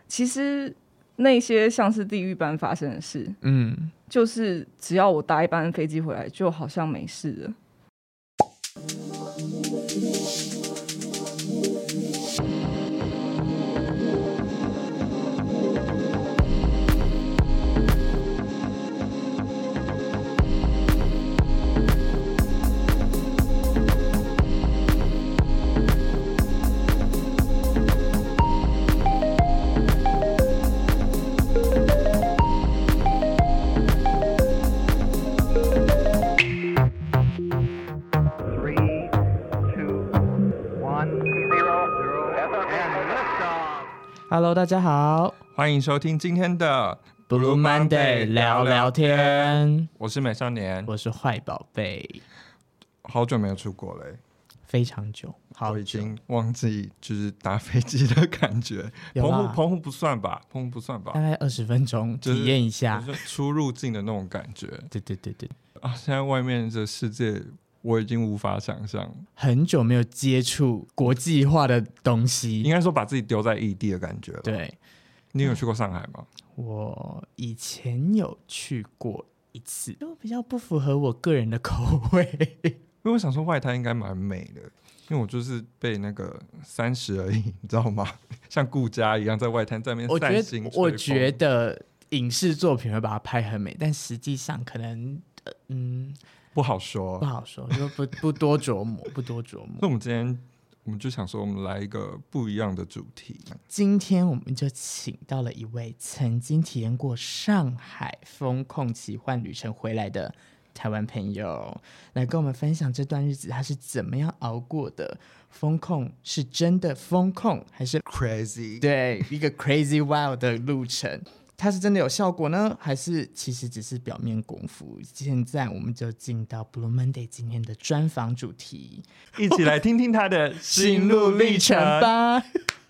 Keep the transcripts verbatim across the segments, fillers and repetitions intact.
其实那些像是地狱般发生的事，嗯，就是只要我搭一班飞机回来，就好像没事了。 Hello， 大家好， 欢迎收听今天的 Blue Monday 聊聊天。 我是美少年， 我是坏宝贝。 好久没有出国了、欸， 非常久，好久我已经忘记就是搭飞机的感觉。澎湖澎湖不算吧，澎湖不算吧， 大概二十分钟体验一下， 就是出入境的那种感觉。 对对对对啊！现在外面的世界我已经无法想象， 很久没有接触国际化的东西， 应该说把自己丢在异地的感觉了。 对， 你有去过上海吗？ 我以前有去过一次，就比较不符合我个人的口味。 因为我想说外滩应该蛮美的，因为我就是被那个三十而已，你知道吗？像顾家一样在外滩在那边散心吹风。 我觉得影视作品会把它拍很美，但实际上可能，呃、嗯。 不好说， 不好说，就不不多琢磨，不多琢磨。 那我们今天我们就想说，我们来一个不一样的主题。 今天我们就请到了一位曾经体验过上海风控奇幻旅程回来的台湾朋友，来跟我们分享这段日子他是怎么样熬过的。风控是真的风控，还是 crazy？ 对，一个 crazy wild 的路程。它是真的有效果呢，还是其实只是表面功夫？现在我们就进到 Blue Monday 今天的专访主题， 一起来听听他的心路历程吧。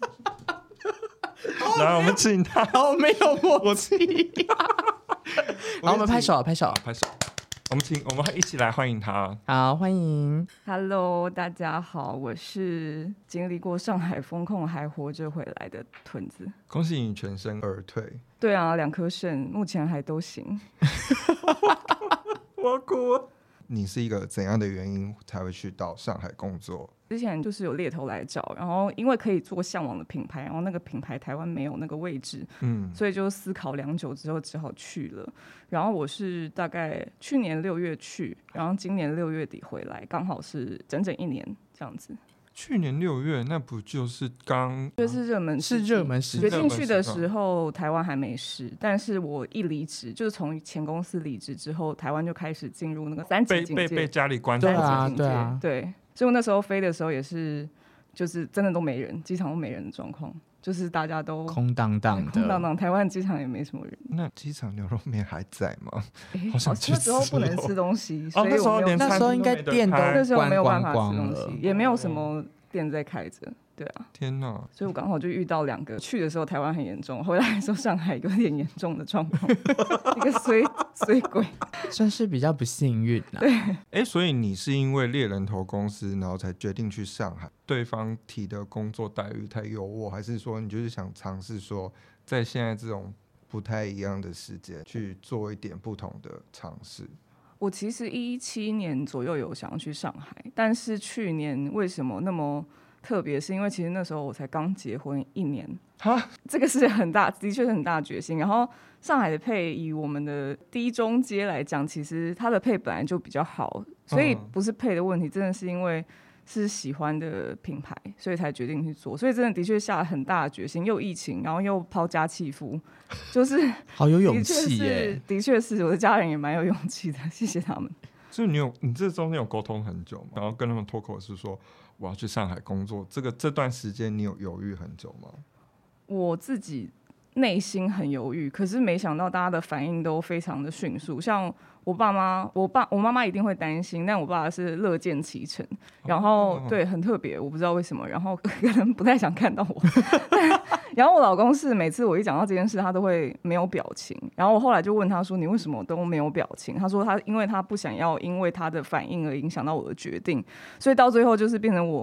来，我们请他， 好没有默契。好，我们拍手，拍手， 拍手。我们请，我们一起来欢迎他。 好，欢迎。 Hello， 大家好，我是经历过上海风控还活着回来的屯子。 恭喜你全身而退。 对啊，两颗肾目前还都行。 我哭。你是一个怎样的原因才会去到上海工作？ 之前就是有猎头来找，然后因为可以做向往的品牌，然后那个品牌台湾没有那个位置，嗯，所以就思考良久之后只好去了。然后我是大概去年六月去，然后今年六月底回来，刚好是整整一年这样子。 去年六月那不就是刚就是热门是热门时决定去的时候，台湾还没事，但是我一离职，就是从前公司离职之后，台湾就开始进入那个三级警戒， 被被被家里关。 对啊，对啊， 对，所以我那时候飞的时候也是，就是真的都没人，机场都没人的状况，就是大家都空荡荡的， 空荡荡。台湾机场也没什么人。 那机场牛肉面还在吗？ 好想去吃。那时候不能吃东西， 哦、 所以我没有。 那时候应该店都那时候没有办法关吃东西，也没有什么店在开着。对啊， 天哪！ 所以我刚好就遇到两个，去的时候台湾很严重，回来的时候上海有点严重的状况，一个衰衰鬼， 算是比较不幸运啦。 对， 哎，所以你是因为猎人头公司，然后才决定去上海？对方提的工作待遇太优渥，还是说你就是想尝试说，在现在这种不太一样的时间去做一点不同的尝试？ 我其实一七年左右有想要去上海，但是去年为什么那么特别，是因为其实那时候我才刚结婚一年，这个是很大，的确是很大的决心。然后上海的配以我们的低中阶来讲，其实它的配本来就比较好，所以不是配的问题，真的是因为是喜欢的品牌，所以才决定去做。所以真的的确下了很大的决心，又疫情，然后又抛家弃夫，就是好有勇气耶！ 的确是，我的家人也蛮有勇气的，谢谢他们。 所以你有，你这中间有沟通很久吗？然后跟他们脱口是说我要去上海工作，这个这段时间你有犹豫很久吗？ 我自己内心很犹豫，可是没想到大家的反应都非常的迅速。像我爸妈，我爸我妈妈一定会担心，但我爸爸是乐见其成。然后、哦、对，很特别，我不知道为什么。然后可能不太想看到我。然后我老公是每次我一讲到这件事，他都会没有表情。然后我后来就问他说：“你为什么都没有表情？”他说他因为他不想要因为他的反应而影响到我的决定，所以到最后就是变成我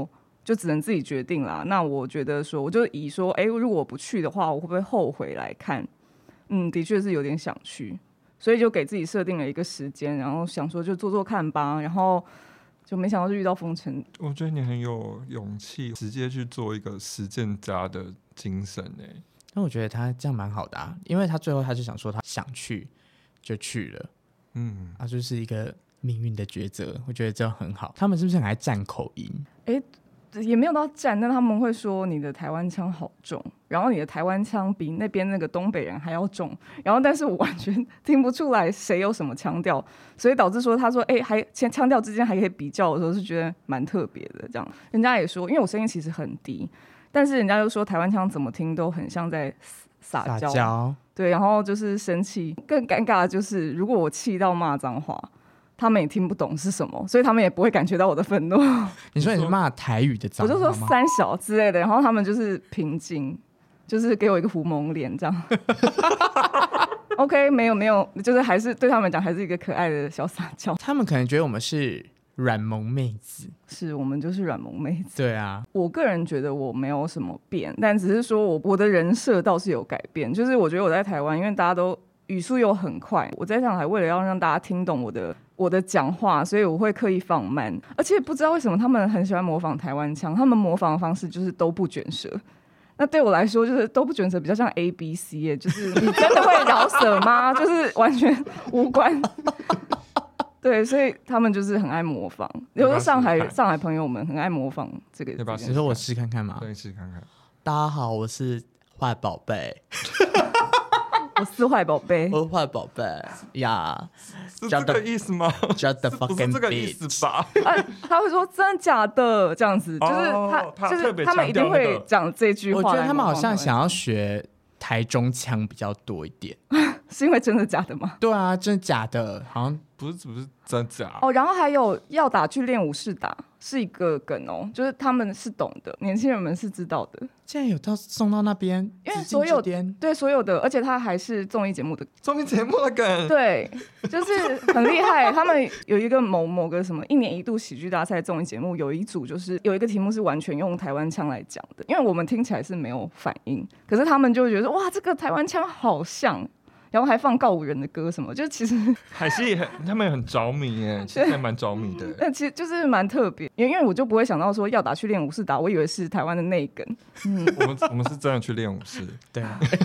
就只能自己决定啦。那我觉得说，我就以说，哎，如果我不去的话，我会不会后悔来看？嗯，的确是有点想去，所以就给自己设定了一个时间，然后想说就做做看吧。然后就没想到就遇到封城。 我觉得你很有勇气，直接去做一个实践家的精神哎。 那我觉得他这样蛮好的啊，因为他最后他就想说他想去就去了，嗯，他就是一个命运的抉择，我觉得这样很好。他们是不是很爱占口音？ 哎，也没有到占，但他们会说你的台湾腔好重，然后你的台湾腔比那边那个东北人还要重，然后但是我完全听不出来谁有什么腔调，所以导致说他说哎，还腔调之间还可以比较的时候，是觉得蛮特别的。这样人家也说，因为我声音其实很低，但是人家就说台湾腔怎么听都很像在撒娇，撒娇对，然后就是生气。更尴尬的就是如果我气到骂脏话，他们也听不懂是什么，所以他们也不会感觉到我的愤怒。 你说你是骂台语的脏话吗？ 我就说三小之类的，然后他们就是平静，就是给我一个狐獴脸这样。OK， 没有没有，就是还是对他们讲还是一个可爱的小撒娇。 他们可能觉得我们是软萌妹子， 是我们就是软萌妹子。 对啊， 我个人觉得我没有什么变，但只是说我我的人设倒是有改变。就是我觉得我在台湾，因为大家都语速又很快，我在上海为了要让大家听懂我的我的讲话，所以我会刻意放慢。而且不知道为什么他们很喜欢模仿台湾腔，他们模仿的方式就是都不卷舌。那对我来说，就是都不卷舌比较像 A B C 耶，就是你真的会饶舌吗？就是完全无关。对，所以他们就是很爱模仿，有的上海上海朋友们很爱模仿这个。 你说我试看看吗？ 对，试看看。 大家好，我是坏宝贝。 我是坏宝贝， 我是坏宝贝呀， 是这个意思吗？ Just the fucking bitch， 不是这个意思吧？ 啊、他会说真的假的这样子，就是他， 哦、他就是他们一定会讲这句话。 我觉得他们好像想要学台中腔比较多一点。 是因为真的假的吗？ 对啊，真的假的，好像不是不是真假哦。然后还有要打去练武士打是一个梗哦，就是他们是懂的，年轻人们是知道的。 竟然有到送到那边， 因为所有对所有的，而且他还是综艺节目的综艺节目的梗， 对，就是很厉害。他们有一个某某个什么一年一度喜剧大赛综艺节目，有一组就是有一个题目是完全用台湾腔来讲的，因为我们听起来是没有反应，可是他们就会觉得哇，这个台湾腔好像。然后还放告五人的歌什么，就其实还是很他们也很着迷耶，其实还蛮着迷的。 但其实就是蛮特别，因为我就不会想到说要打去练武士打，我以为是台湾的内梗。 嗯，我们我们是真的去练武士。 对。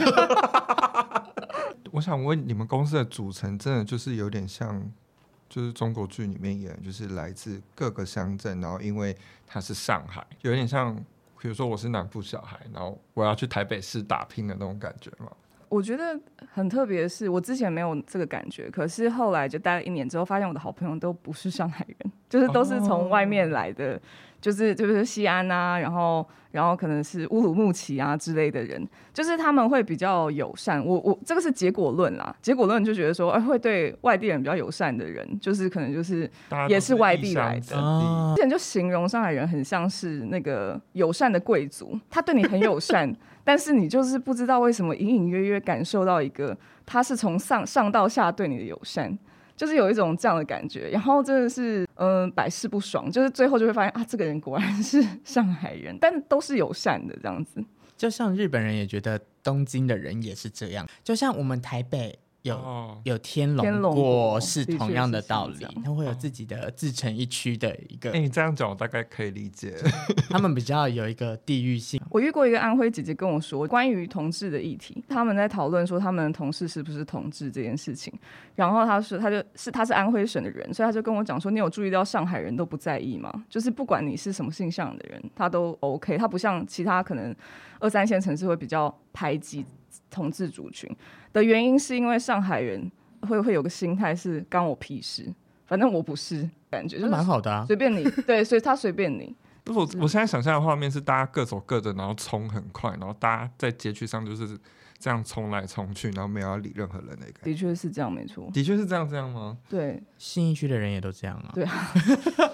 我想问你们公司的组成，真的就是有点像，就是中国剧里面演，就是来自各个乡镇，然后因为他是上海，有点像，比如说我是南部小孩，然后我要去台北市打拼的那种感觉吗？ 我觉得很特别的是，我之前没有这个感觉，可是后来就待了一年之后，发现我的好朋友都不是上海人，就是都是从外面来的， oh. 就是就是西安啊，然后然后可能是乌鲁木齐啊之类的人，就是他们会比较友善。我我这个是结果论啦，结果论就觉得说，哎，会对外地人比较友善的人，就是可能就是也是外地来的。之前就形容上海人很像是那个友善的贵族，他对你很友善。但是你就是不知道为什么隐隐约约感受到一个他是从上上到下对你的友善，就是有一种这样的感觉，然后真的是嗯、呃、百试不爽，就是最后就会发现啊，这个人果然是上海人，但都是友善的这样子。 就像日本人也觉得东京的人也是这样，就像我们台北有、哦、有天龙国是同样的道理，他会有自己的自成一区的一个。 哎、欸，你这样讲我大概可以理解。 他们比较有一个地域性。 我遇过一个安徽姐姐跟我说，关于同志的议题，他们在讨论说他们的同事是不是同志这件事情。然后他说，他就是他是安徽省的人，所以他就跟我讲说，你有注意到上海人都不在意吗？就是不管你是什么性向的人，他都 OK， 他不像其他可能二三线城市会比较排挤同志族群的原因，是因为上海人会会有个心态是干我屁事，反正我不是，感觉就是蛮好的啊， 随便你，对，所以他随便你。 我我现在想象的画面是大家各走各的，然后冲很快，然后大家在街区上就是这样冲来冲去，然后没有要理任何人的感觉。 的确是这样，没错。 的确是这样，这样吗？ 对， 信义区的人也都这样啊。 对啊。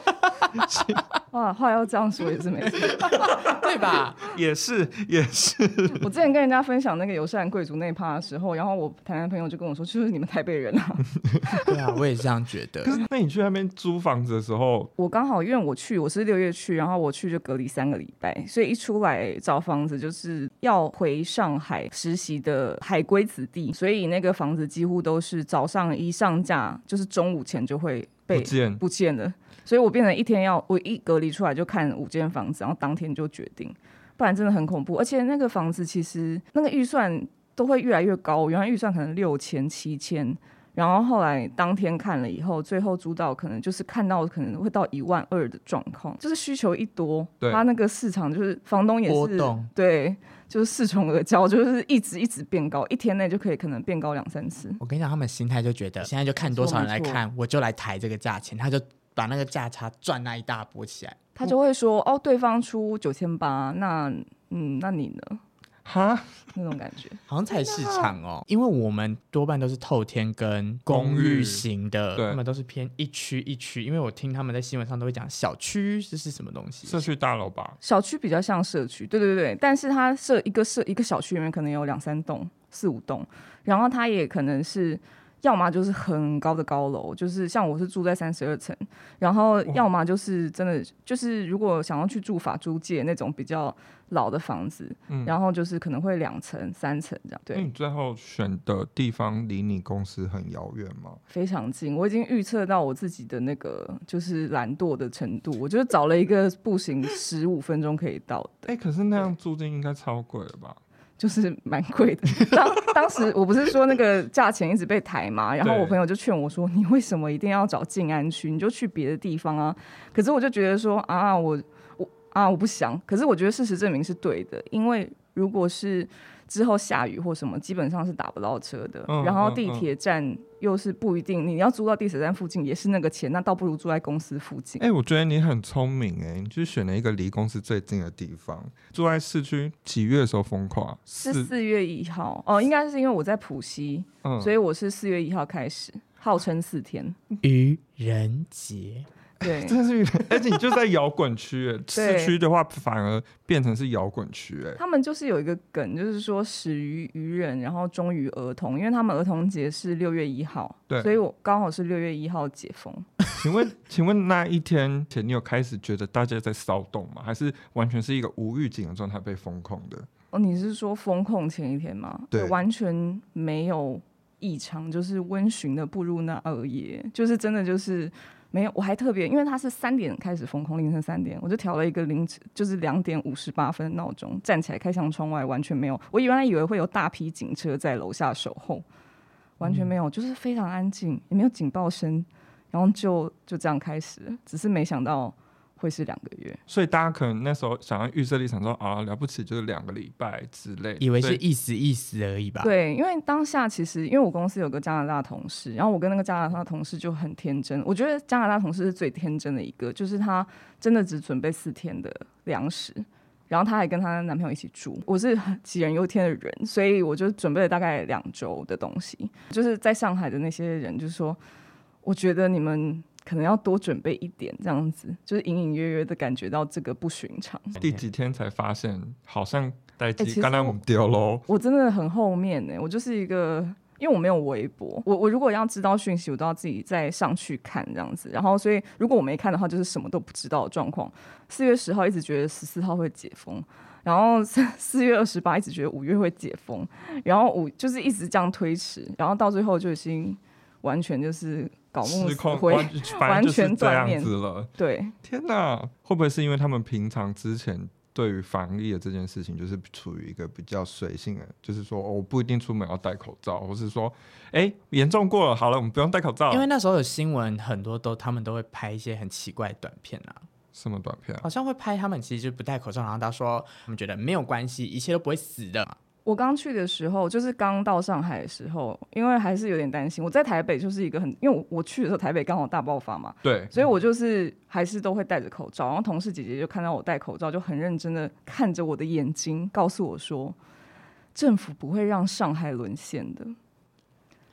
哇，话要这样说也是没错， 对吧？ 也是也是。 我之前跟人家分享那个友善贵族那一趴的时候，然后我台南朋友就跟我说，就是你们台北人啊。 对啊，我也这样觉得。 可是那你去那边租房子的时候， 我刚好因为我去我是六月去，然后我去就隔离三个礼拜，所以一出来找房子就是要回上海实习的海归子弟，所以那个房子几乎都是早上一上架就是中午前就会被不见不见了，所以我变成一天要我一隔离出来就看五间房子，然后当天就决定，不然真的很恐怖。而且那个房子其实那个预算都会越来越高，原来预算可能六千七千，然后后来当天看了以后，最后租到可能就是看到可能会到一万二的状况，就是需求一多，他那个市场就是房东也是对，就是恃宠而骄，就是一直一直变高，一天内就可以可能变高两三次。 我跟你讲，他们心态就觉得现在就看多少人来看，我就来抬这个价钱，他就把那个价差赚那一大波起来。 他就会说哦，对方出九千八，那嗯，那你呢？哈，那种感觉好像菜市场哦，因为我们多半都是透天跟公寓型的，他们都是偏一区一区。因为我听他们在新闻上都会讲小区这是什么东西， 社区大楼吧？ 小区比较像社区，对对对，但是它设一个设一个小区里面可能有两三栋、四五栋，然后它也可能是。要么就是很高的高楼，就是像我是住在三十二层，然后要么就是真的就是如果想要去住法租界那种比较老的房子，嗯、然后就是可能会两层三层这样。对， 那你最后选的地方离你公司很遥远吗？ 非常近，我已经预测到我自己的那个就是懒惰的程度，我就找了一个步行十五分钟可以到的。 哎、欸，可是那样租金应该超贵了吧？ 就是蛮贵的。当当时我不是说那个价钱一直被抬嘛，然后我朋友就劝我说：“你为什么一定要找静安区？你就去别的地方啊。”可是我就觉得说啊，我我啊我不想。可是我觉得事实证明是对的，因为如果是之后下雨或什么，基本上是打不到车的。嗯、然后地铁站又是不一定，你要租到地铁站附近也是那个钱，那倒不如住在公司附近。 哎、欸，我觉得你很聪明哎、欸，你就选了一个离公司最近的地方，住在市区。几月的时候封跨？ 是四月一号哦，应该是因为我在埔西，嗯、所以我是四月一号开始，号称四天愚人节。 对， 真是，而且你就在摇滚区，市区的话反而变成是摇滚区，哎， 他们就是有一个梗，就是说始于愚人，然后终于儿童，因为他们儿童节是六月一号，对，所以我刚好是六月一号解封。 请问，请问那一天前你有开始觉得大家在骚动吗？还是完全是一个无预警的状态被封控的？ 哦，你是说封控前一天吗？对，完全没有异常，就是温驯的步入那二夜，就是真的就是。没有，我还特别，因为它是三点开始封控，凌晨三点，我就调了一个凌晨，就是两点五十八分闹钟，站起来开向窗外，完全没有。我原来以为会有大批警车在楼下守候，完全没有，嗯、就是非常安静，也没有警报声，然后就就这样开始了，只是没想到会是两个月， 所以大家可能那时候想要预设立场说啊，了不起就是两个礼拜之类， 以为是意思意思而已吧。 对，因为当下其实因为我公司有个加拿大同事，然后我跟那个加拿大同事就很天真，我觉得加拿大同事是最天真的一个，就是他真的只准备四天的粮食，然后她还跟她男朋友一起住。我是杞人忧天的人，所以我就准备了大概两周的东西。就是在上海的那些人就是说，我觉得你们可能要多准备一点，这样子就是隐隐约约的感觉到这个不寻常。 第几天才发现好像代机刚刚我们丢喽？ 我真的很后面呢、欸，我就是一个。因为我没有微博，我我如果要知道讯息，我都要自己再上去看这样子。然后，所以如果我没看的话，就是什么都不知道的状况。四月十号一直觉得十四号会解封，然后四月二十八一直觉得五月会解封，然后五就是一直这样推迟，然后到最后就已经完全就是搞木死灰，完全断面了。 对， 天哪，会不会是因为他们平常之前？对于防疫的这件事情，就是处于一个比较随性的，就是说、哦、我不一定出门要戴口罩，或是说，哎，严重过了，好了，我们不用戴口罩。 因为那时候有新闻，很多都他们都会拍一些很奇怪的短片啊。 什么短片、啊？ 好像会拍他们其实就不戴口罩，然后他说他们觉得没有关系，一切都不会死的。 我刚去的时候，就是刚到上海的时候，因为还是有点担心。我在台北就是一个很，因为 我, 我去的时候台北刚好大爆发嘛， 对， 所以我就是还是都会戴着口罩。然后同事姐姐就看到我戴口罩，就很认真的看着我的眼睛，告诉我说，政府不会让上海沦陷的。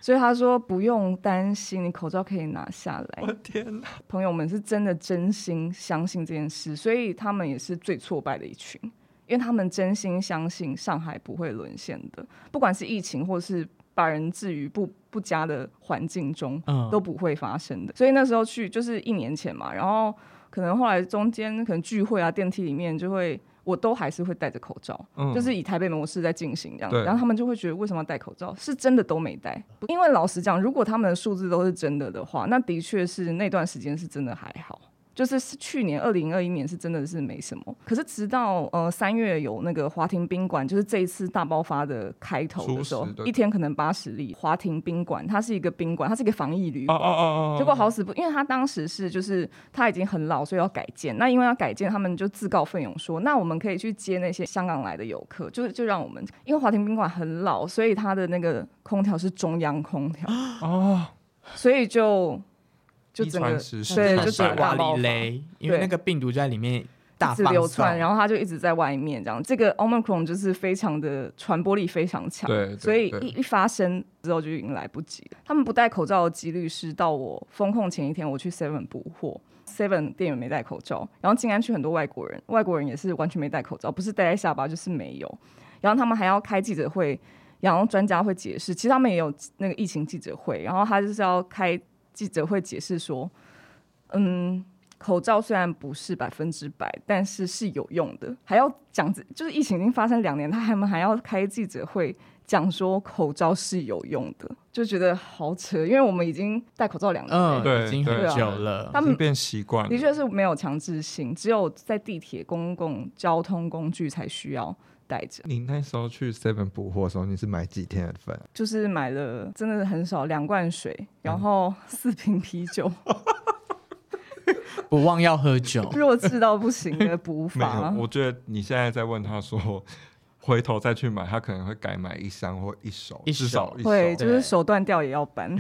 所以他说不用担心，你口罩可以拿下来。 我天哪！ 朋友们是真的真心相信这件事，所以他们也是最挫败的一群，因为他们真心相信上海不会沦陷的，不管是疫情或是把人置于不不佳的环境中，嗯，都不会发生的。所以那时候去就是一年前嘛，然后可能后来中间可能聚会啊，电梯里面就会。我都还是会戴着口罩、嗯，就是以台北模式在进行这样，然后他们就会觉得为什么要戴口罩？是真的都没戴，因为老实讲，如果他们的数字都是真的的话，那的确是那段时间是真的还好。就是去年二零二一年是真的是没什么，可是直到呃三月有那个华庭宾馆，就是这一次大爆发的开头的时候，一天可能八十例。华庭宾馆它是一个宾馆，它是一个防疫旅馆，哦哦哦哦，结果好死不，因为它当时是就是它已经很老，所以要改建。那因为要改建，他们就自告奋勇说，那我们可以去接那些香港来的游客，就就让我们，因为华庭宾馆很老，所以它的那个空调是中央空调哦，所以就。就整个对，就整个大爆发， 因为那个病毒就在里面大一直流窜，然后它就一直在外面这样。这个 Omicron 就是非常的传播力非常强，对，所以一一发生之后就已经来不及了。他们不戴口罩的几率是到我封控前一天，我去 Seven 补货 ，Seven 店员没戴口罩，然后静安区很多外国人，外国人也是完全没戴口罩，不是戴在下巴就是没有。然后他们还要开记者会，然后专家会解释，其实他们也有那个疫情记者会，然后他就是要开。记者会解释说，嗯，口罩虽然不是百分之百，但是是有用的。还要讲，就是疫情已经发生两年，他们还要开记者会讲说口罩是有用的，就觉得好扯，因为我们已经戴口罩两年， 嗯，对，已经很久了， 他们变习惯了， 的确是没有强制性，只有在地铁、公共交通工具才需要。带着。 你那时候去 Seven 补货的时候，你是买几天的份？ 就是买了真的很少，两罐水，然后四瓶啤酒。 不忘要喝酒， 弱智到不行的补法。 我觉得你现在在问他说，回头再去买，他可能会改买一箱或一手， 一手至少一手会，就是手断掉也要搬。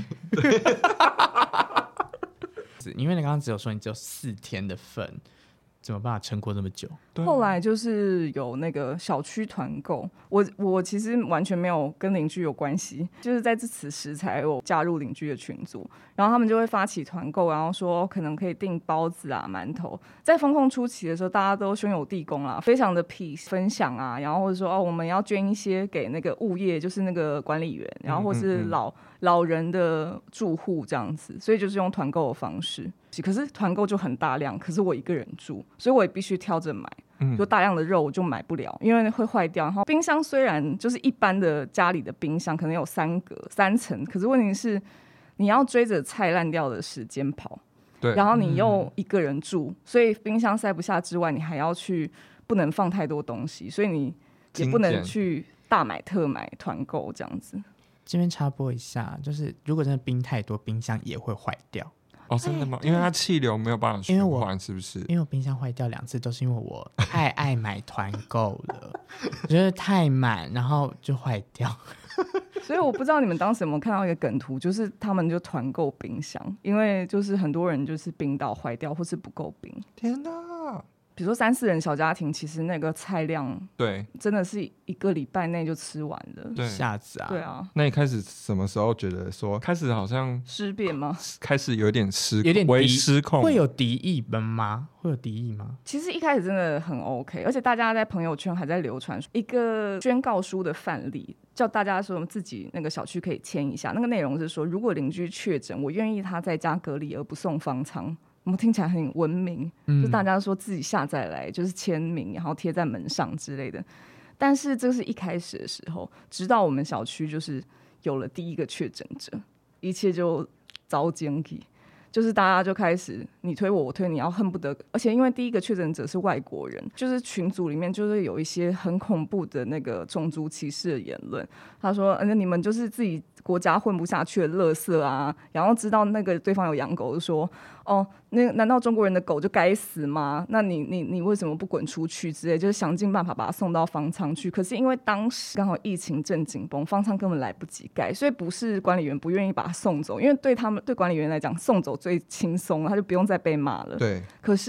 因为你刚刚只有说你只有四天的份。怎么办法撑过这么久？ 后来就是有那个小区团购，我我其实完全没有跟邻居有关系，就是在这此时才有加入邻居的群组，然后他们就会发起团购，然后说可能可以订包子啊、馒头。在封控初期的时候，大家都兄友弟恭啦，非常的 peace 分享啊，然后或者说哦，我们要捐一些给那个物业，就是那个管理员，然后或是老、嗯嗯嗯、老人的住户这样子，所以就是用团购的方式。可是团购就很大量，可是我一个人住，所以我也必须挑着买，嗯、就大量的肉我就买不了，因为会坏掉。然后冰箱虽然就是一般的家里的冰箱可能有三格三层，可是问题是你要追着菜烂掉的时间跑，对，然后你又一个人住、嗯，所以冰箱塞不下之外，你还要去不能放太多东西，所以你也不能去大买特买团购这样子。 这边插播一下，就是如果真的冰太多，冰箱也会坏掉。 哦，真的吗？因为它气流没有办法循环，是不是？ 因为我冰箱坏掉两次，都是因为我太爱买团购了，我觉得太满，然后就坏掉。 所以我不知道你们当时有没有看到一个梗图，就是他们就团购冰箱，因为就是很多人就是冰到坏掉或是不够冰。 天哪！ 比如说三四人小家庭，其实那个菜量对真的是一个礼拜内就吃完了， 对，下子啊， 对啊。 那你开始什么时候觉得说开始好像尸变吗？ 开始有点失有点微失控， 会有敌意吗？会有敌意吗？ 其实一开始真的很 OK， 而且大家在朋友圈还在流传一个宣告书的范例，叫大家说自己那个小区可以签一下。那个内容是说，如果邻居确诊，我愿意他在家隔离而不送方舱。我们听起来很文明、嗯、就大家说自己下载来就是签名然后贴在门上之类的，但是这是一开始的时候，直到我们小区就是有了第一个确诊者，一切就遭奸起，就是大家就开始你推我我推你，然后恨不得，而且因为第一个确诊者是外国人，就是群组里面就是有一些很恐怖的那个种族歧视的言论，他说、呃、你们就是自己国家混不下去的垃圾啊，然后知道那个对方有养狗就说哦，那难道中国人的狗就该死吗？那你你你为什么不滚出去之类，就是想尽办法把它送到方舱去。可是因为当时刚好疫情正紧绷，方舱根本来不及盖，所以不是管理员不愿意把它送走，因为对他们对管理员来讲送走最轻松了，他就不用再被骂了。 对。 可是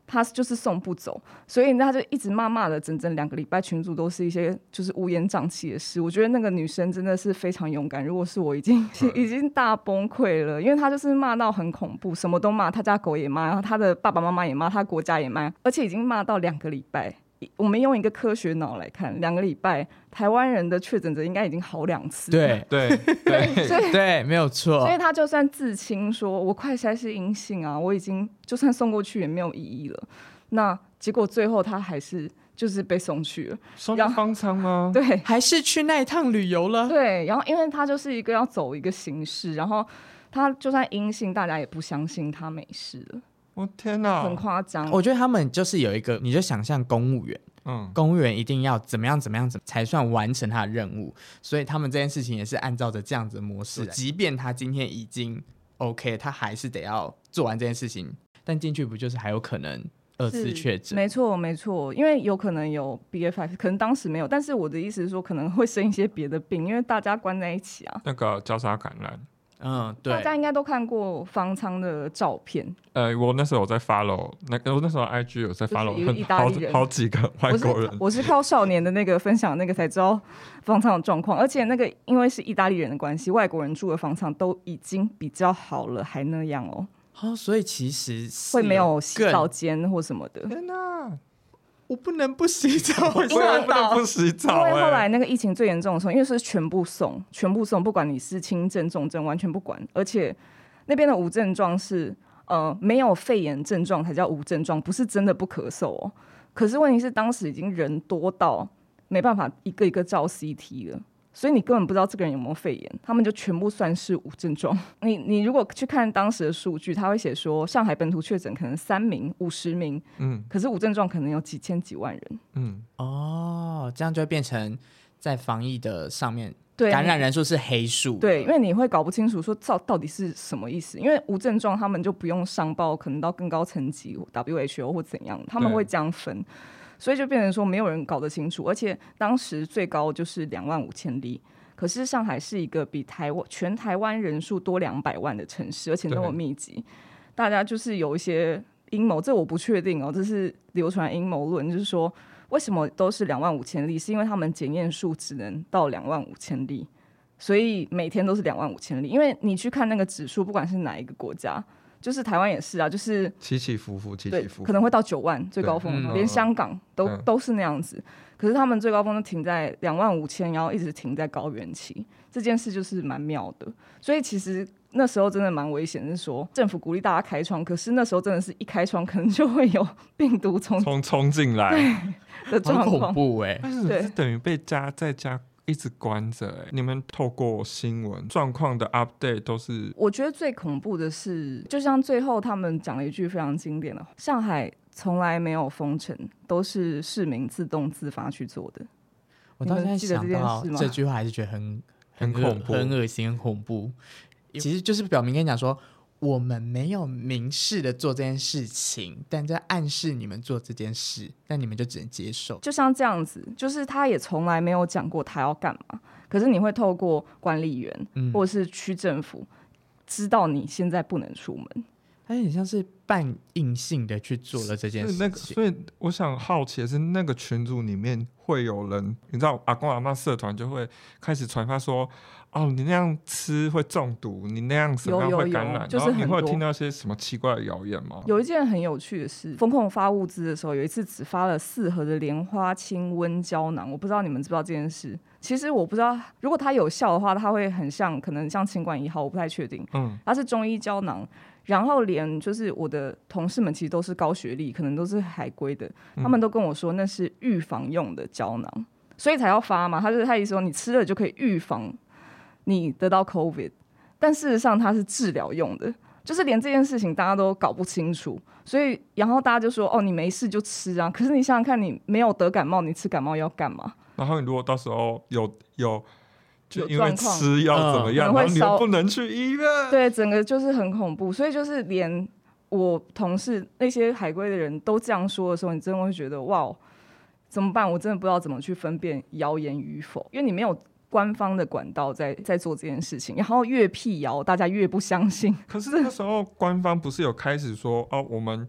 他就是送不走，所以他就一直骂骂的，整整两个礼拜群组都是一些就是乌烟瘴气的事。我觉得那个女生真的是非常勇敢，如果是我已经已经大崩溃了，因为她就是骂到很恐怖，什么都骂，她家狗也骂，然后她的爸爸妈妈也骂，她国家也骂，而且已经骂到两个礼拜。我们用一个科学脑来看，两个礼拜台湾人的确诊者应该已经好两次。 对对对对，没有错。 所以他就算自清说我快筛是阴性啊，我已经就算送过去也没有意义了，那结果最后他还是就是被送去了。 送去方舱吗？ 对， 还是去那一趟旅游了。 对，然后因为他就是一个要走一个形式，然后他就算阴性，大家也不相信他没事了。 我、哦、天哪， 很夸张。 我觉得他们就是有一个，你就想象公务员， 嗯， 公务员一定要怎么样怎么样才算完成他的任务，所以他们这件事情也是按照着这样子的模式，即便他今天已经 OK， 他还是得要做完这件事情，但进去不就是还有可能二次确诊？ 没错没错，因为有可能有 B A 五， 可能当时没有，但是我的意思是说可能会生一些别的病，因为大家关在一起啊， 那个交叉感染。 嗯，对， 大家应该都看过方舱的照片。 呃，我那时候有在 follow， 那个我那时候 I G 有在 follow 就是意大利人好, 好几个外国人。 我是, 我是靠少年的那个分享那个才知道方舱的状况，而且那个因为是意大利人的关系，外国人住的方舱都已经比较好了，还那样哦。 哦，所以其实会没有洗澡间或什么的。 天哪！ 我不能不洗澡， 我不能不洗澡、欸。 因为后来那个疫情最严重的时候，因为是全部送，全部送，不管你是轻症、重症，完全不管。而且那边的无症状是呃没有肺炎症状才叫无症状，不是真的不咳嗽哦。可是问题是当时已经人多到没办法一个一个照 C T 了。所以你根本不知道这个人有没有肺炎，他们就全部算是无症状。你你如果去看当时的数据，他会写说上海本土确诊可能三名、五十名，嗯，可是无症状可能有几千几万人， 嗯，哦，这样就会变成在防疫的上面，对，感染人数是黑数， 对，因为你会搞不清楚说到底是什么意思，因为无症状他们就不用上报，可能到更高层级 W H O 或怎样，他们会这样分。所以就变成说没有人搞得清楚，而且当时最高就是两万五千例，可是上海是一个比台湾全台湾人数多两百万的城市，而且那么密集，大家就是有一些阴谋，这我不确定哦，这是流传阴谋论，就是说为什么都是两万五千例，是因为他们检验数只能到两万五千例，所以每天都是两万五千例，因为你去看那个指数，不管是哪一个国家。就是台湾也是啊，就是起起伏伏，起起伏伏， 可能会到九万最高峰，嗯、连香港都、嗯、都是那样子。可是他们最高峰就停在两万五千，然后一直停在高原期，这件事就是蛮妙的。所以其实那时候真的蛮危险，是说政府鼓励大家开窗，可是那时候真的是一开窗，可能就会有病毒从冲冲进来的状况， 很恐怖哎、欸。 但是是等于被加在家。一直关着、欸、你们透过新闻状况的 update 都是， 我觉得最恐怖的是，就像最后他们讲了一句非常经典的话，上海从来没有封城，都是市民自动自发去做的。 我到现在想到 这, 这句话还是觉得很很恐怖、 很恶心、很恐怖。其实就是表明跟你讲说，我们没有明示的做这件事情，但在暗示你们做这件事，但你们就只能接受。 就像这样子，就是他也从来没有讲过他要干嘛，可是你会透过管理员、嗯、或者是区政府知道你现在不能出门， 它有点像是半硬性的去做了这件事情。 那个，所以我想好奇的是，那个群组里面会有人，你知道阿公阿嬷社团就会开始传发说，哦，你那样吃会中毒，你那样什么样会感染， 就是然后你会有听到一些什么奇怪的谣言吗？ 有一件很有趣的事，风控发物资的时候，有一次只发了四盒的莲花清瘟胶囊，我不知道你们知不知道这件事。其实我不知道，如果它有效的话，它会很像，可能像清冠一号，我不太确定。嗯，它是中医胶囊。然后连就是我的同事们其实都是高学历，可能都是海归的，他们都跟我说那是预防用的胶囊，所以才要发嘛。他就是他意思说你吃了就可以预防你得到 COVID， 但事实上它是治疗用的，就是连这件事情大家都搞不清楚，所以然后大家就说哦你没事就吃啊，可是你想想看，你没有得感冒，你吃感冒药干嘛？ 然后你如果到时候有有。就因为吃药怎么样、 嗯、 然后你又不能去医院， 对，整个就是很恐怖。所以就是连我同事那些海归的人都这样说的时候，你真的会觉得哇怎么办？我真的不知道怎么去分辨谣言与否，因为你没有官方的管道在在做这件事情，然后越辟谣大家越不相信。 可是那时候官方不是有开始说哦我们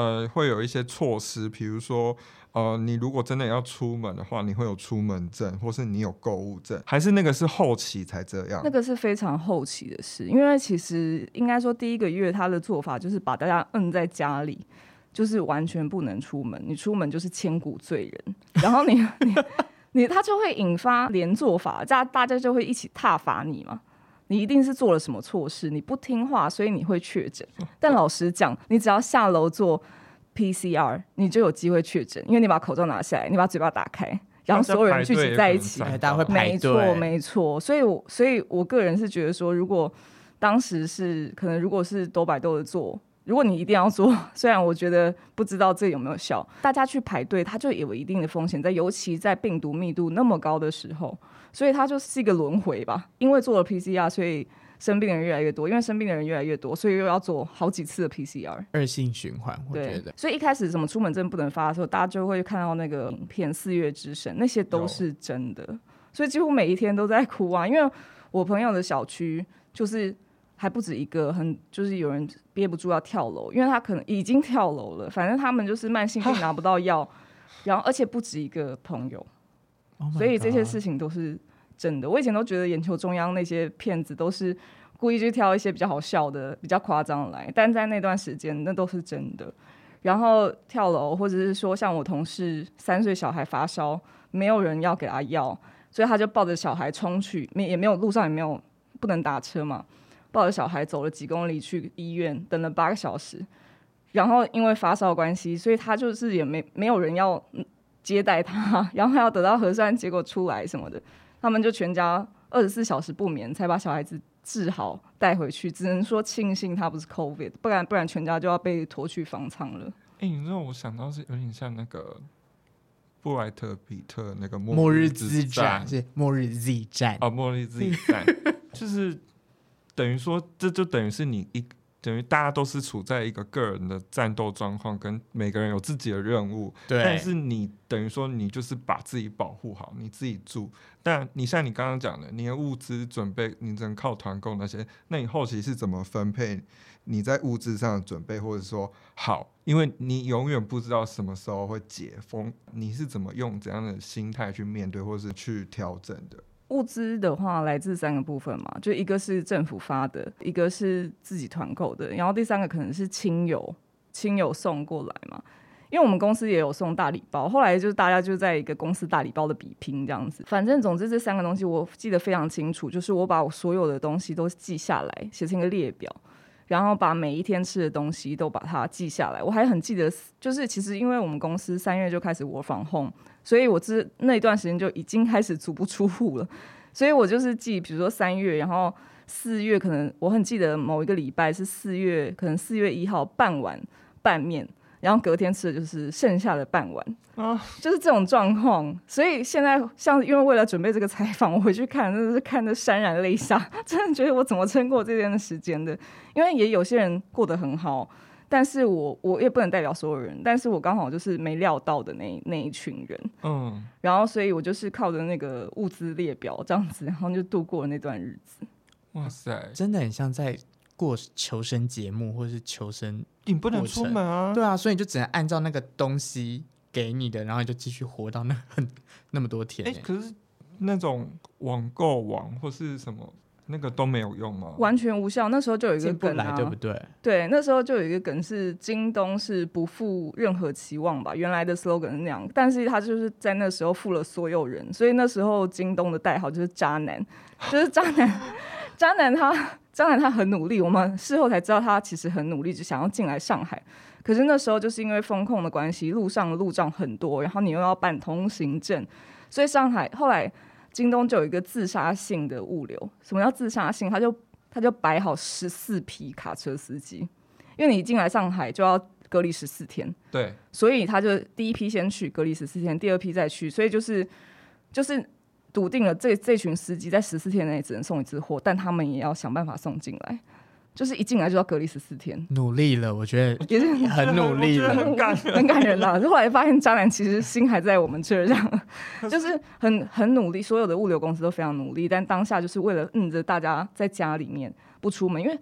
呃会有一些措施，比如说呃你如果真的要出门的话，你会有出门证，或是你有购物证，还是那个是后期才这样？ 那个是非常后期的事，因为其实应该说第一个月他的做法就是把大家摁在家里，就是完全不能出门，你出门就是千古罪人，然后你你你他就会引发连坐法，大大家就会一起挞伐你嘛。你一定是做了什么错事，你不听话，所以你会确诊。但老实讲，你只要下楼做 P C R， 你就有机会确诊，因为你把口罩拿下来，你把嘴巴打开，然后所有人聚集在一起， 大家会排队。 没错，没错。所以我，所以我个人是觉得说，如果当时是可能，如果是斗百斗的做。如果你一定要做，虽然我觉得不知道这有没有效，大家去排队，它就有一定的风险在，尤其在病毒密度那么高的时候，所以它就是一个轮回吧。因为做了 P C R， 所以生病的人越来越多，因为生病的人越来越多，所以又要做好几次的 P C R， 恶性循环。我觉得， 所以一开始什么出门证不能发的时候，大家就会看到那个影片《四月之声》，那些都是真的，所以几乎每一天都在哭啊。因为我朋友的小区就是还不止一个，很就是有人憋不住要跳楼，因为他可能已经跳楼了，反正他们就是慢性病拿不到药，然后而且不止一个朋友， oh、 所以这些事情都是真的。我以前都觉得眼球中央那些骗子都是故意去挑一些比较好笑的、比较夸张的来，但在那段时间那都是真的。然后跳楼，或者是说像我同事三岁小孩发烧，没有人要给他药，所以他就抱着小孩冲去，也没有路上也没有不能打车嘛。抱着小孩走了几公里去医院，等了八个小时，然后因为发烧的关系，所以他就是也没没有人要接待他，然后还要等到核酸结果出来什么的，他们就全家二十四小时不眠才把小孩子治好带回去，只能说庆幸他不是 COVID， 不然不然全家就要被拖去方舱了。 哎、欸，你知道我想到是有点像那个布莱特比特那个末日之战， 是末日 Z 战啊，末日 Z 战，就是等于说，这就等于是你一等于大家都是处在一个个人的战斗状况，跟每个人有自己的任务。 对。 但是你等于说，你就是把自己保护好，你自己住。但你像你刚刚讲的，你的物资准备，你只能靠团购那些，那你后期是怎么分配你在物资上的准备，或者说好，因为你永远不知道什么时候会解封，你是怎么用怎样的心态去面对，或是去调整的？ 物资的话来自三个部分嘛，就一个是政府发的，一个是自己团购的，然后第三个可能是亲友亲友送过来嘛。因为我们公司也有送大礼包，后来就是大家就在一个公司大礼包的比拼这样子。反正总之这三个东西我记得非常清楚，就是我把我所有的东西都记下来，写成一个列表，然后把每一天吃的东西都把它记下来。我还很记得，就是其实因为我们公司三月就开始 work from home， 所以我这那一段时间就已经开始足不出户了，所以我就是记，比如说三月，然后四月可能我很记得某一个礼拜是四月，可能四月一号半碗拌面，然后隔天吃的就是剩下的半碗、啊、就是这种状况。所以现在像因为为了准备这个采访，我回去看真的是看得潸然泪下，真的觉得我怎么撑过这段时间的。因为也有些人过得很好，但是我我也不能代表所有人，但是我刚好就是没料到的那那一群人，嗯，然后所以我就是靠着那个物资列表这样子，然后就度过了那段日子。 哇塞， 真的很像在过求生节目或是求生， 你不能出门啊。 对啊，所以你就只能按照那个东西给你的，然后你就继续活到那那么多天、欸。 哎、欸，可是那种网购网或是什么那个都没有用吗？ 完全无效。那时候就有一个梗啊， 对不对？ 对，那时候就有一个梗是京东是不负任何期望吧，原来的 slogan 是那样，但是他就是在那时候负了所有人，所以那时候京东的代号就是渣男，就是渣男，渣男他渣男他很努力，我们事后才知道他其实很努力，就想要进来上海。可是那时候就是因为风控的关系，路上的路障很多，然后你又要办通行证，所以上海后来京东就有一个自杀性的物流。什么叫自杀性？他就他就摆好十四批卡车司机，因为你进来上海就要隔离十四天， 对， 所以他就第一批先去隔离十四天，第二批再去，所以就是就是笃定了这这群司机在十四天内只能送一次货，但他们也要想办法送进来。就是一进来就要隔离十四天， 努力了，我觉得也是很努力了， 很感人， 很感人啦。后来发现渣男其实心还在我们这儿，这样就是很很努力，所有的物流公司都非常努力，但当下就是为了摁着大家在家里面不出门，因为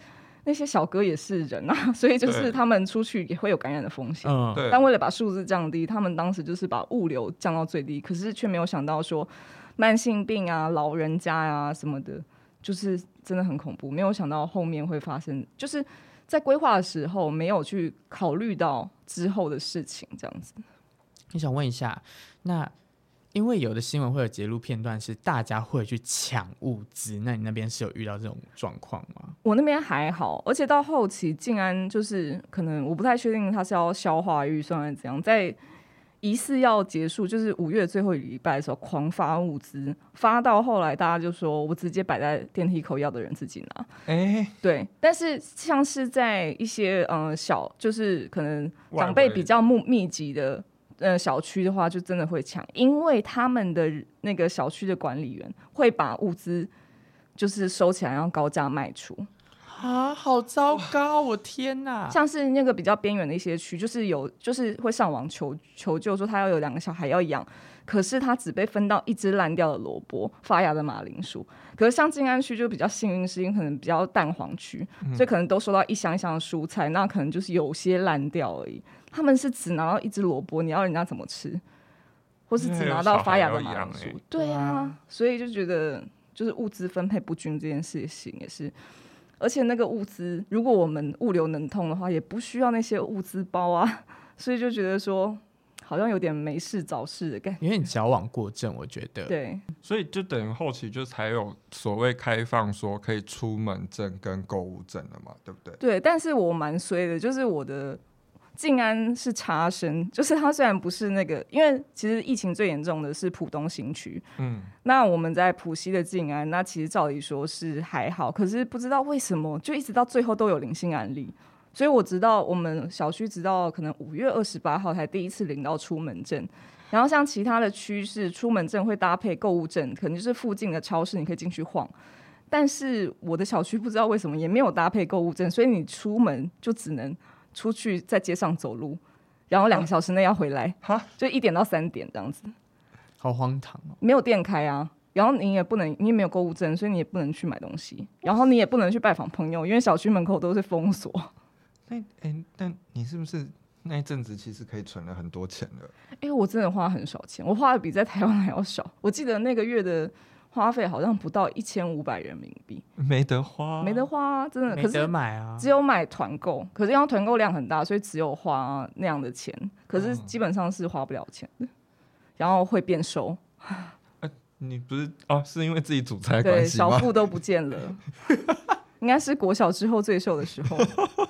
那些小哥也是人啊，所以就是他们出去也会有感染的风险。 嗯， 但为了把数字降低，他们当时就是把物流降到最低，可是却没有想到说慢性病啊、老人家啊什么的，就是真的很恐怖。没有想到后面会发生，就是在规划的时候没有去考虑到之后的事情，这样子。 你想问一下，那因为有的新闻会有揭露片段是大家会去抢物资，那你那边是有遇到这种状况吗？ 我那边还好，而且到后期静安就是可能我不太确定他是要消化预算还是怎样，在疑似要结束就是五月最后一礼拜的时候狂发物资，发到后来大家就说我直接摆在电梯口，要的人自己拿。 哎， 对，但是像是在一些嗯小就是可能长辈比较密集的呃小区的话，就真的会抢，因为他们的那个小区的管理员会把物资就是收起来，然后高价卖出。 啊，好糟糕！我天哪！ 像是那个比较边缘的一些区，就是有就是会上网求求救，说他要有两个小孩要养，可是他只被分到一只烂掉的萝卜、发芽的马铃薯。可是像静安区就比较幸运，是因为可能比较蛋黄区，嗯、所以可能都收到一箱一箱的蔬菜，那可能就是有些烂掉而已。他们是只拿到一只萝卜，你要人家怎么吃？或是只拿到发芽的马铃薯？欸、对啊，所以就觉得就是物资分配不均这件事情也是。而且那个物资，如果我们物流能通的话，也不需要那些物资包啊，所以就觉得说，好像有点没事找事的感觉， 有点矫枉过正，我觉得。 对， 所以就等于后期就才有所谓开放说可以出门证跟购物证了嘛，对不对？ 对，但是我蛮衰的，就是我的静安是差生，就是它虽然不是那个，因为其实疫情最严重的是浦东新区，嗯，那我们在浦西的静安，那其实照理说是还好，可是不知道为什么就一直到最后都有零星案例，所以我直到我们小区直到可能五月二十八号才第一次领到出门证，然后像其他的区是出门证会搭配购物证，可能就是附近的超市你可以进去晃。但是我的小区不知道为什么也没有搭配购物证，所以你出门就只能出去在街上走路，然后两个小时内要回来，就一点到三点这样子， 好荒唐哦！ 没有店开啊，然后你也不能，你也没有购物证，所以你也不能去买东西，然后你也不能去拜访朋友，因为小区门口都是封锁。 那哎，但你是不是那一阵子其实可以存了很多钱了？ 因为我真的花很少钱，我花的比在台湾还要少。我记得那个月的花费好像不到一千五百人民币， 没得花， 没得花、啊，真的没得买啊。 只有买团购，可是因为团购量很大，所以只有花那样的钱，可是基本上是花不了钱的，然后会变瘦。 啊、你不是哦？是因为自己煮菜的关系吗？ 对，小腹都不见了，应该是国小之后最瘦的时候。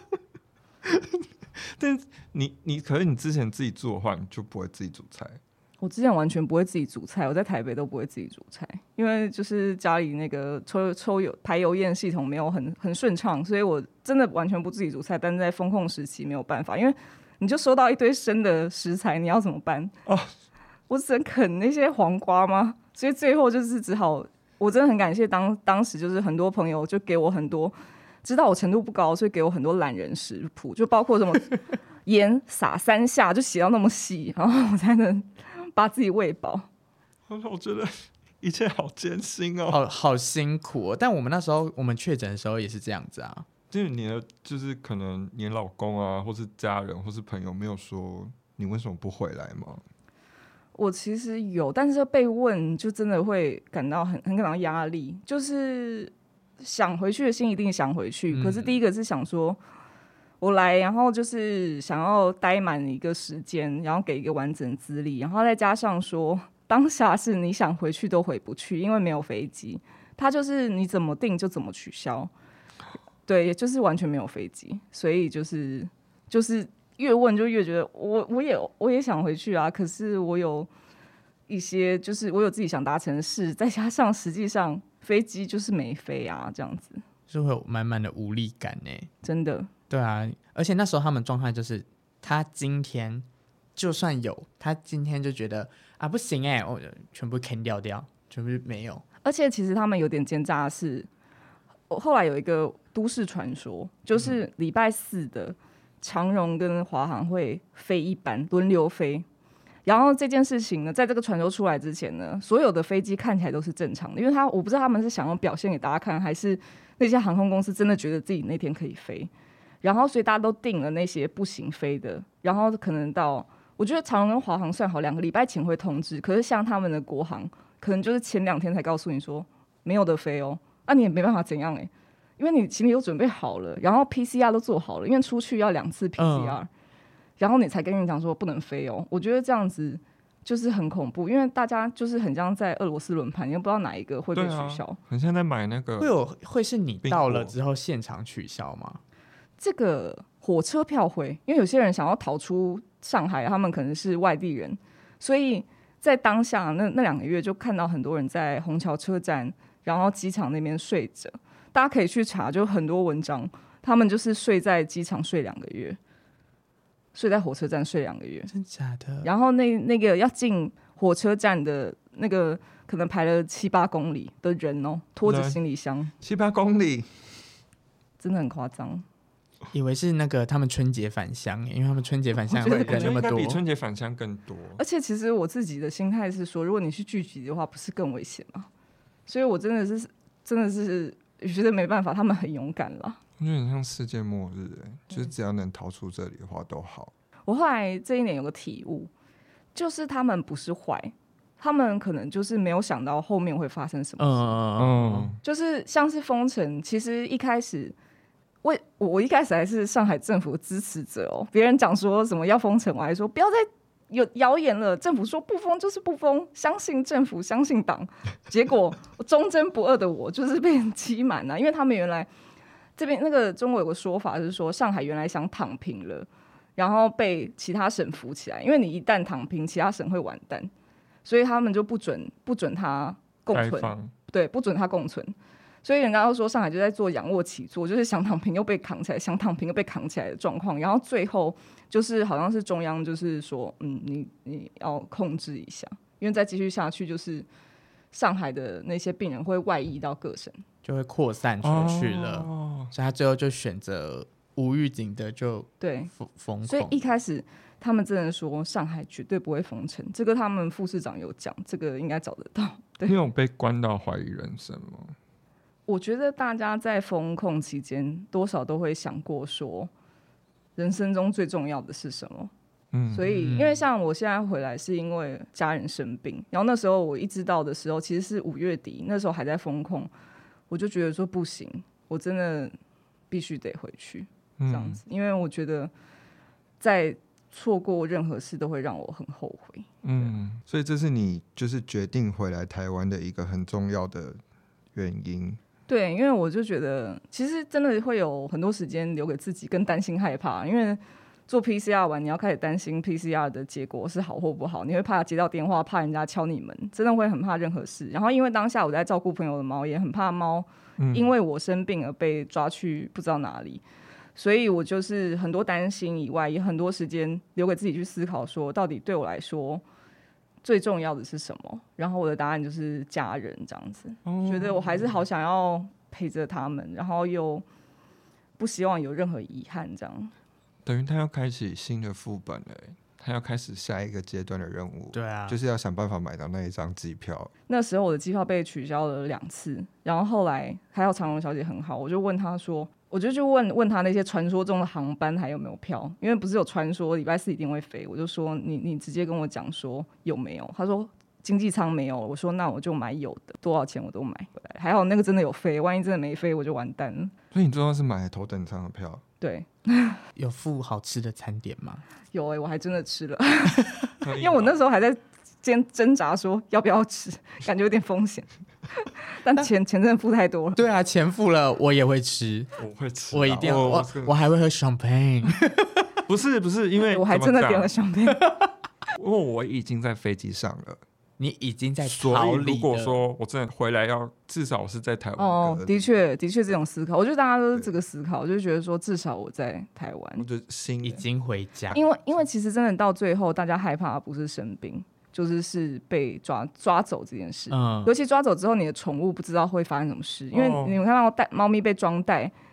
但你你可是你之前自己做的话，你就不会自己煮菜。 我之前完全不会自己煮菜，我在台北都不会自己煮菜，因为就是家里那个抽抽油排油烟系统没有很很顺畅，所以我真的完全不自己煮菜。但是在封控时期没有办法，因为你就收到一堆生的食材，你要怎么办？哦，我只能啃那些黄瓜吗？所以最后就是只好，我真的很感谢当当时就是很多朋友就给我很多，知道我程度不高，所以给我很多懒人食谱，就包括什么盐撒三下就写到那么细，然后我才能把自己喂饱。 我觉得一切好艰辛哦， 好好辛苦哦。但我们那时候我们确诊的时候也是这样子啊， 就是你的就是可能你老公啊，或是家人，或是朋友没有说你为什么不回来吗？ 我其实有，但是被问就真的会感到很很感到压力，就是想回去的心一定想回去，嗯、可是第一个是想说。我来，然后就是想要待满一个时间，然后给一个完整资历，然后再加上说，当下是你想回去都回不去，因为没有飞机，它就是你怎么订就怎么取消，对，就是完全没有飞机，所以就是就是越问就越觉得我我也我也想回去啊，可是我有一些就是我有自己想达成的事，再加上实际上飞机就是没飞啊，这样子就会有满满的无力感呢， 真的。 对啊，而且那时候他们状态就是，他今天就算有，他今天就觉得啊不行哎、欸，我全部 cancel 掉掉，全部没有。 而且其实他们有点奸诈的是，后来有一个都市传说，就是礼拜四的长荣跟华航会飞一班轮流飞， 然后这件事情呢，在这个传说出来之前呢，所有的飞机看起来都是正常的，因为他我不知道他们是想要表现给大家看，还是那些航空公司真的觉得自己那天可以飞，然后所以大家都定了那些不行飞的，然后可能到我觉得长荣跟华航算好，两个礼拜前会通知，可是像他们的国航，可能就是前两天才告诉你说没有得飞哦，那、啊、你也没办法怎样哎、欸，因为你行李都准备好了，然后 P C R 都做好了，因为出去要两次 P C R。嗯，然后你才跟你讲说不能飞哦，我觉得这样子就是很恐怖，因为大家就是很像在俄罗斯轮盘，你又不知道哪一个会被取消。啊、 很像在买那个会有会是你到了之后现场取消吗？ 这个火车票会，因为有些人想要逃出上海，他们可能是外地人，所以在当下那那两个月就看到很多人在虹桥车站，然后机场那边睡着，大家可以去查，就很多文章，他们就是睡在机场睡两个月。睡在火车站睡两个月， 真假的？ 然后那那个要进火车站的那个，可能排了七八公里的人哦，拖着行李箱， 七八公里， 真的很夸张。 以为是那个他们春节返乡，因为他们春节返乡人那么多， 比春节返乡更多。 而且其实我自己的心态是说，如果你去聚集的话，不是更危险吗？所以我真的是真的是觉得没办法，他们很勇敢啦。 我觉得很像世界末日、欸，就是只要能逃出这里的话都好。 我后来这一年有个体悟，就是他们不是坏，他们可能就是没有想到后面会发生什么事。嗯，就是像是封城，其实一开始我我一开始还是上海政府的支持者哦，别人讲说什么要封城，我还说不要再有谣言了，政府说不封就是不封，相信政府，相信党。结果忠贞不二的我就是被人欺瞒了，因为他们原来。这边那个中国有个说法是说，上海原来想躺平了，然后被其他省扶起来，因为你一旦躺平，其他省会完蛋，所以他们就不准不准它共存，对，不准它共存。所以人家都说上海就在做仰卧起坐，就是想躺平又被扛起来，想躺平又被扛起来的状况。然后最后就是好像是中央就是说，嗯，你你要控制一下，因为再继续下去就是上海的那些病人会外溢到各省。 就会扩散出去了，哦、所以他最后就选择无预警的就对封控。 所以一开始他们真的说上海绝对不会封城，这个他们副市长有讲，这个应该找得到。对， 你有被关到怀疑人生吗？ 我觉得大家在封控期间多少都会想过说人生中最重要的是什么。嗯，所以因为像我现在回来是因为家人生病，然后那时候我一知道的时候其实是五月底，那时候还在封控，我就觉得说不行，我真的必须得回去这样子、嗯、因为我觉得在错过任何事都会让我很后悔。 嗯，所以这是你就是决定回来台湾的一个很重要的原因。 对，因为我就觉得其实真的会有很多时间留给自己，跟担心害怕，因为做 P C R 完你要开始担心 P C R 的结果是好或不好，你会怕接到电话，怕人家敲你门，真的会很怕任何事。然后因为当下我在照顾朋友的猫，也很怕猫因为我生病而被抓去不知道哪里、嗯、所以我就是很多担心以外，也很多时间留给自己去思考说到底对我来说最重要的是什么。然后我的答案就是家人这样子、哦、觉得我还是好想要陪着他们，然后又不希望有任何遗憾这样。 等于他要开启新的副本了，他要开始下一个阶段的任务。 对啊， 就是要想办法买到那一张机票。 那时候我的机票被取消了两次，然后后来还有长荣小姐很好，我就问她说，我就去问问她那些传说中的航班还有没有票，因为不是有传说礼拜四一定会飞，我就说你你直接跟我讲说有没有。她说经济舱没有，我说那我就买有的，多少钱我都买回来。还好那个真的有飞，万一真的没飞我就完蛋了。 所以你最后是买头等舱的票？ 对。 有附好吃的餐点吗？ 有哎、欸，我还真的吃了因为我那时候还在挣扎说要不要吃，感觉有点风险但钱钱真的付太多了。 对啊，钱付了我也会吃， 我会吃， 我一定要 我, 我, 我还会喝 champagne 不是不是，因为我还真的点了 champagne 因为我已经在飞机上了， 你已经在逃离的。 所以如果说我真的回来要，至少是在台湾。 哦，的确的确这种思考，我觉得大家都是这个思考，我就觉得说至少我在台湾， 我就心已经回家。 因为因为其实真的到最后，大家害怕的不是生病，就是是被抓抓走这件事。嗯，尤其抓走之后，你的宠物不知道会发生什么事，因为你们看到带猫咪被装袋，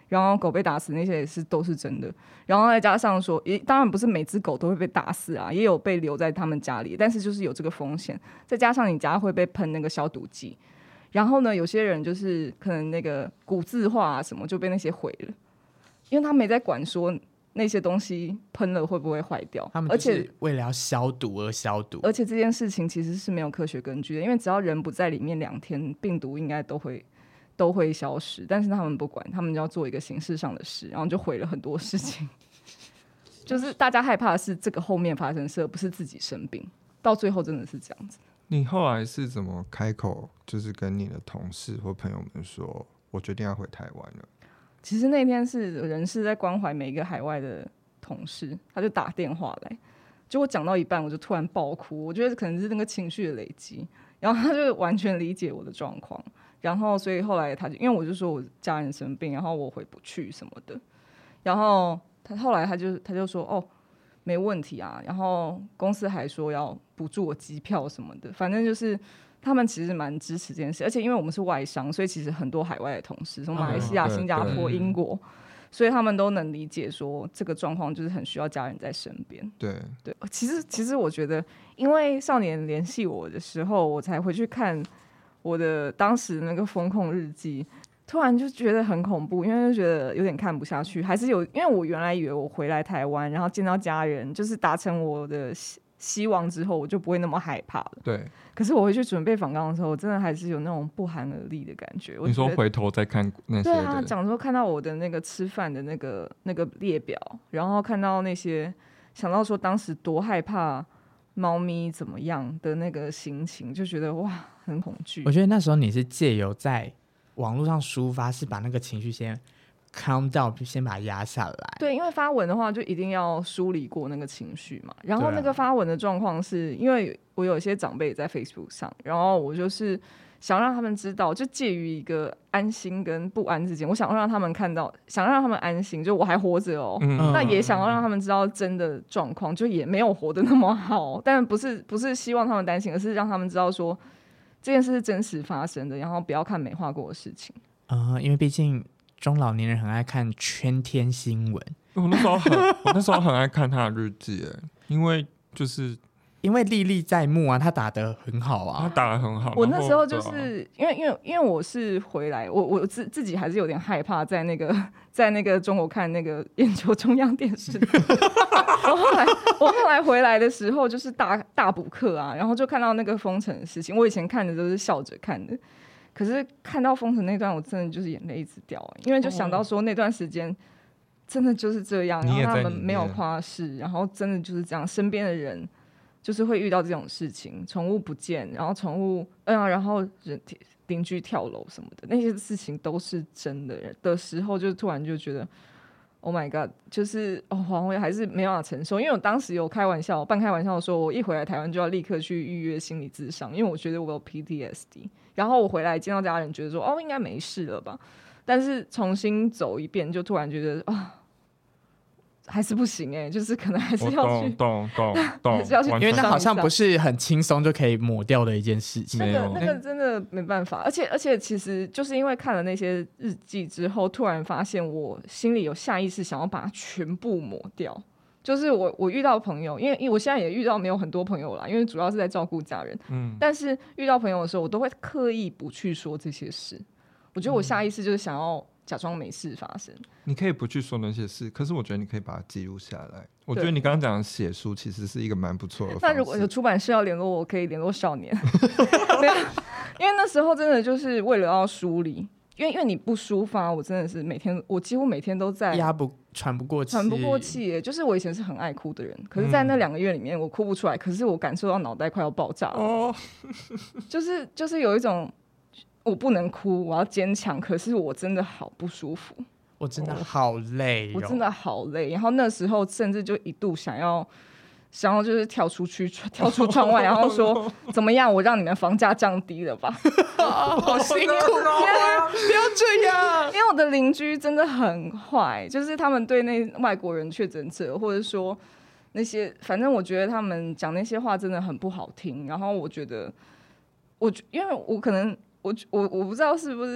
然后狗被打死那些也是都是真的，然后再加上说，也当然不是每只狗都会被打死啊，也有被留在他们家里，但是就是有这个风险，再加上你家会被喷那个消毒剂，然后呢，有些人就是可能那个古字画啊什么就被那些毁了，因为他没在管说那些东西喷了会不会坏掉， 他们就是为了要消毒而消毒， 而且这件事情其实是没有科学根据的，因为只要人不在里面两天，病毒应该都会都会消失，但是他们不管，他们就要做一个形式上的事，然后就毁了很多事情。就是大家害怕的是这个后面发生事，而不是自己生病，到最后真的是这样子。 你后来是怎么开口，就是跟你的同事或朋友们说，我决定要回台湾了？ 其实那天是人事在关怀每一个海外的同事，他就打电话来，就我讲到一半，我就突然爆哭，我觉得可能是那个情绪的累积，然后他就完全理解我的状况，然后所以后来他就因为我就说我家人生病，然后我回不去什么的，然后他后来他就他就说哦没问题啊，然后公司还说要补助我机票什么的，反正就是他们其实蛮支持这件事，而且因为我们是外商，所以其实很多海外的同事从马来西亚、新加坡、英国，所以他们都能理解说这个状况就是很需要家人在身边。 对对，其实其实我觉得，因为少年联系我的时候，我才回去看我的当时那个风控日记，突然就觉得很恐怖，因为就觉得有点看不下去，还是有，因为我原来以为我回来台湾，然后见到家人，就是达成我的希望之后，我就不会那么害怕了。 对。 可是我回去准备访纲的时候，我真的还是有那种不寒而栗的感觉。 你说回头再看那些对啊，讲说看到我的那个吃饭的那个那个列表，然后看到那些，想到说当时多害怕猫咪怎么样的那个心情，就觉得哇，很恐惧。 我觉得那时候你是借由在网络上抒发，是把那个情绪先 calm down， 先把它压下来。 对，因为发文的话就一定要梳理过那个情绪嘛。然后那个发文的状况是、啊、因为我有一些长辈在 Facebook 上，然后我就是想让他们知道，就介于一个安心跟不安之间，我想让他们看到，想让他们安心，就我还活着哦、嗯，那也想要让他们知道真的状况，就也没有活得那么好，但不是不是希望他们担心，而是让他们知道说这件事是真实发生的，然后不要看美化过的事情。 呃，因为毕竟中老年人很爱看圈天新闻， 我那时候很我那时候很爱看他的日记，因为就是因为历历在目啊，他打得很好啊， 他打得很好。 我那时候就是、啊、因为因为因为我是回来，我我自自己还是有点害怕，在那个在那个中国看那个眼球中央电视。我后来我后来回来的时候，就是大大补课啊，然后就看到那个封城的事情。我以前看的都是笑着看的，可是看到封城那段，我真的就是眼泪一直掉、欸，因为就想到说那段时间真的就是这样，然后他们没有夸饰，然后真的就是这样，身边的人。就是会遇到这种事情，宠物不见，然后宠物，嗯，然后人邻居跳楼什么的，那些事情都是真的的时候，就突然就觉得 ，Oh my god， 就是哦，黄伟还是没办法承受，因为我当时有开玩笑，半开玩笑说，我一回来台湾就要立刻去预约心理咨商，因为我觉得我有 P T S D， 然后我回来见到家人，觉得说，哦，应该没事了吧，但是重新走一遍，就突然觉得啊。哦还是不行哎、欸，就是可能还是要去， 懂懂懂， 因为那好像不是很轻松就可以抹掉的一件事情。 那个那个真的没办法，而且而且其实就是因为看了那些日记之后，突然发现我心里有下意识想要把它全部抹掉。就是我我遇到朋友，因为因为我现在也遇到没有很多朋友啦，因为主要是在照顾家人。嗯，但是遇到朋友的时候，我都会刻意不去说这些事。我觉得我下意识就是想要。假装没事发生， 你可以不去说那些事，可是我觉得你可以把它记录下来。我觉得你刚刚讲的写书其实是一个蛮不错的方式。 那如果有出版社要联络我，可以联络少年。因为那时候真的就是为了要梳理，因为因为你不抒发，我真的是每天，我几乎每天都在压不喘不过气， 喘不过气耶。就是我以前是很爱哭的人，可是在那两个月里面，我哭不出来，嗯、可是我感受到脑袋快要爆炸了。哦，就是就是有一种。我不能哭，我要坚强。可是我真的好不舒服， 我真的好累、哦， 我真的好累。然后那时候甚至就一度想要，想要就是跳出去，跳出窗外，然后说怎么样，我让你们房价降低了吧？ 哦、好辛苦哦，不要这样。 因为我的邻居真的很坏，就是他们对那外国人确诊者，或者说那些，反正我觉得他们讲那些话真的很不好听。然后我觉得，我因为我可能。我我我不知道是不是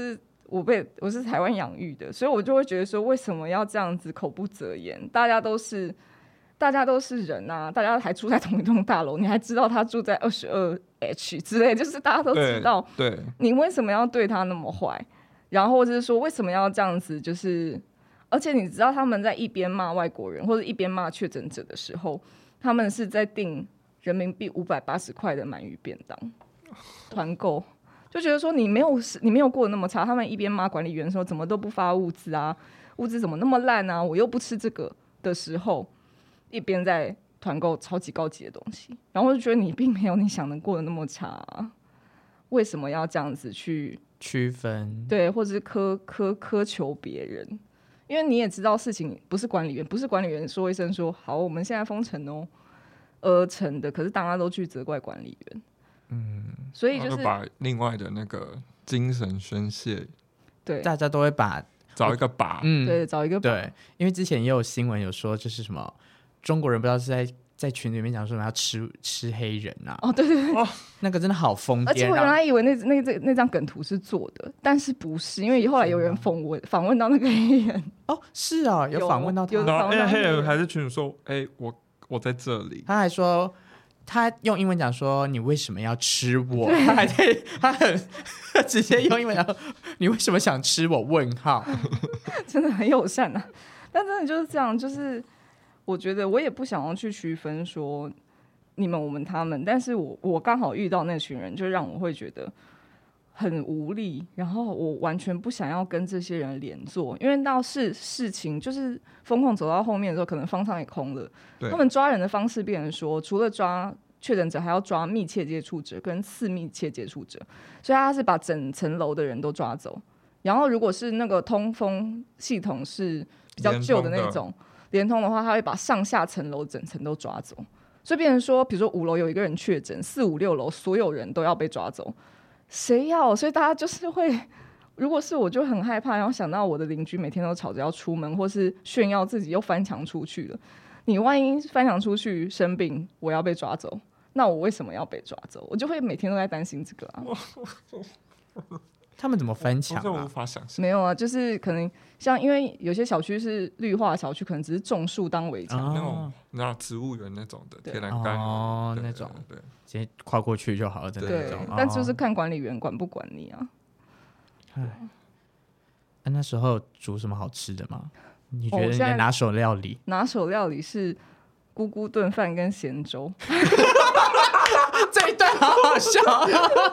我被我是台湾养育的，所以我就会觉得说，为什么要这样子口不择言？大家都是大家都是人啊，大家还住在同一栋大楼，你还知道他住在二十二 H 之类，就是大家都知道， 对，对你为什么要对他那么坏？然后或者是说，为什么要这样子？就是而且你知道他们在一边骂外国人或者一边骂确诊者的时候，他们是在订人民币五百八十块的鳗鱼便当团购，就觉得说你没有你没有过得那么差。他们一边骂管理员说怎么都不发物资啊，物资怎么那么烂啊，我又不吃这个的时候，一边在团购超级高级的东西，然后就觉得你并没有你想的过得那么差啊，为什么要这样子去区分？ 对，或者是苛苛苛求别人？因为你也知道事情不是管理员，不是管理员说一声说好，我们现在封城哦，而成的。可是大家都去责怪管理员，嗯，所以就是就把另外的那个精神宣泄， 对， 大家都会把找一个靶， 嗯， 对，找一个靶对，因为之前也有新闻有说，就是什么中国人不知道是在在群里面讲说要吃吃黑人啊， 哦，对对对， 哦，那个真的好疯癫。 而且我原来以为那那那那张梗图是做的，但是不是，因为后来有人访问访问到那个黑人， 哦，是啊，有访问到他， 有然后访问到黑人还是群主说，哎、欸，我我在这里， 他还说。他用英文讲说你为什么要吃我，他还在他很直接用英文讲说你为什么想吃我问号真的很友善啊。但真的就是这样，就是我觉得我也不想要去区分说你们我们他们，但是我我刚好遇到那群人，就让我会觉得很无力，然后我完全不想要跟这些人连坐，因为到事事情就是风控走到后面的时候，可能方舱也空了，他们抓人的方式变成说，除了抓确诊者，还要抓密切接触者跟次密切接触者，所以他是把整层楼的人都抓走。然后如果是那个通风系统是比较旧的那种连通的话，他会把上下层楼整层都抓走，所以变成说，比如说五楼有一个人确诊，四五六楼所有人都要被抓走。谁要？所以大家就是会，如果是我就很害怕，然后想到我的邻居每天都吵着要出门，或是炫耀自己又翻墙出去了。你万一翻墙出去生病，我要被抓走，那我为什么要被抓走？我就会每天都在担心这个啊。 他们怎么翻墙、啊？ 我无法想象。 没有啊，就是可能像因为有些小区是绿化小区，可能只是种树当围墙， 那种那植物园那种的天然干哦，那种对，直接跨过去就好了的那种。 但就是看管理员管不管你啊。 哎、啊，那时候煮什么好吃的吗？你觉得你的拿手料理？ 哦、拿手料理是菇菇炖饭跟咸粥。 这一段好好笑、啊。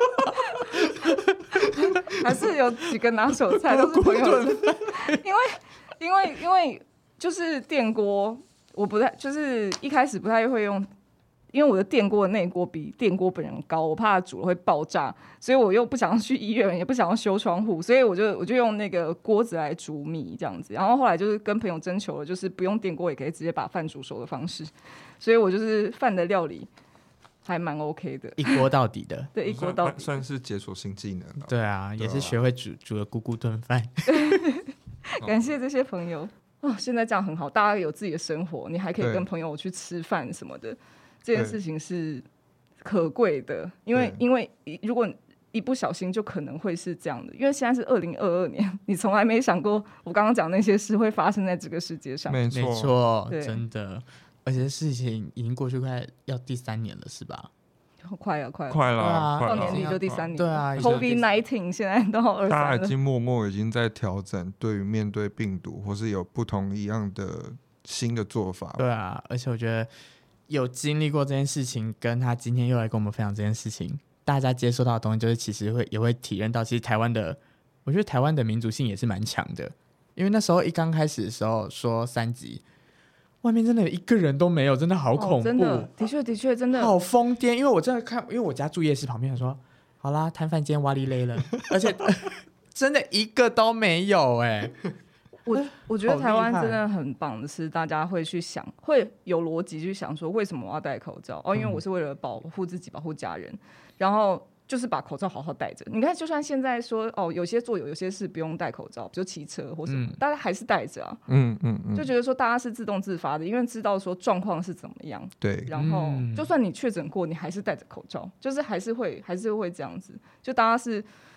还是有几个拿手菜都是朋友的，因为因为因为就是电锅，我不太就是一开始不太会用，因为我的电锅的内锅比电锅本人高，我怕煮了会爆炸，所以我又不想要去医院，也不想要修窗户，所以我就我就用那个锅子来煮米这样子。然后后来就是跟朋友征求了，就是不用电锅也可以直接把饭煮熟的方式，所以我就是饭的料理还蛮 OK 的， 一锅到底的， 对，一锅到底算是解锁新技能了。 对啊，也是学会煮煮了菇菇炖饭。 感谢这些朋友哦，现在这样很好，大家有自己的生活，你还可以跟朋友去吃饭什么的，这件事情是可贵的，因为因为如果一不小心就可能会是这样的，因为现在是二零二二年，你从来没想过我刚刚讲那些事会发生在这个世界上， 没错，真的。而且事情已经过去快要第三年了，是吧？ 快了，快了， 快了， 啊、 到年底就第三年。 对啊 ，COVID 十九 现在到二三了， 大家已经默默已经在调整，对于面对病毒或是有不同一样的新的做法。 对啊，而且我觉得有经历过这件事情，跟他今天又来跟我们分享这件事情，大家接受到的东西，就是其实会也会体验到，其实台湾的，我觉得台湾的民主性也是蛮强的，因为那时候一刚开始的时候说三级。外面真的有一个人都没有，真的好恐怖，哦、 真的，的确的确真的好疯癫。因为我真的看，因为我家住夜市旁边，说好啦，摊贩今天哇哩嘞了，而且真的一个都没有哎、欸。 我我觉得台湾真的很棒的是，大家会去想，会有逻辑去想说，为什么我要戴口罩？哦，因为我是为了保护自己、保护家人，然后就是把口罩好好戴着。你看，就算现在说哦，有些做有有些事不用戴口罩，比如骑车或什么，嗯、大家还是戴着啊。 嗯嗯嗯， 就觉得说大家是自动自发的，因为知道说状况是怎么样。 对， 然后、嗯、就算你确诊过，你还是戴着口罩，就是还是会还是会这样子。就大家是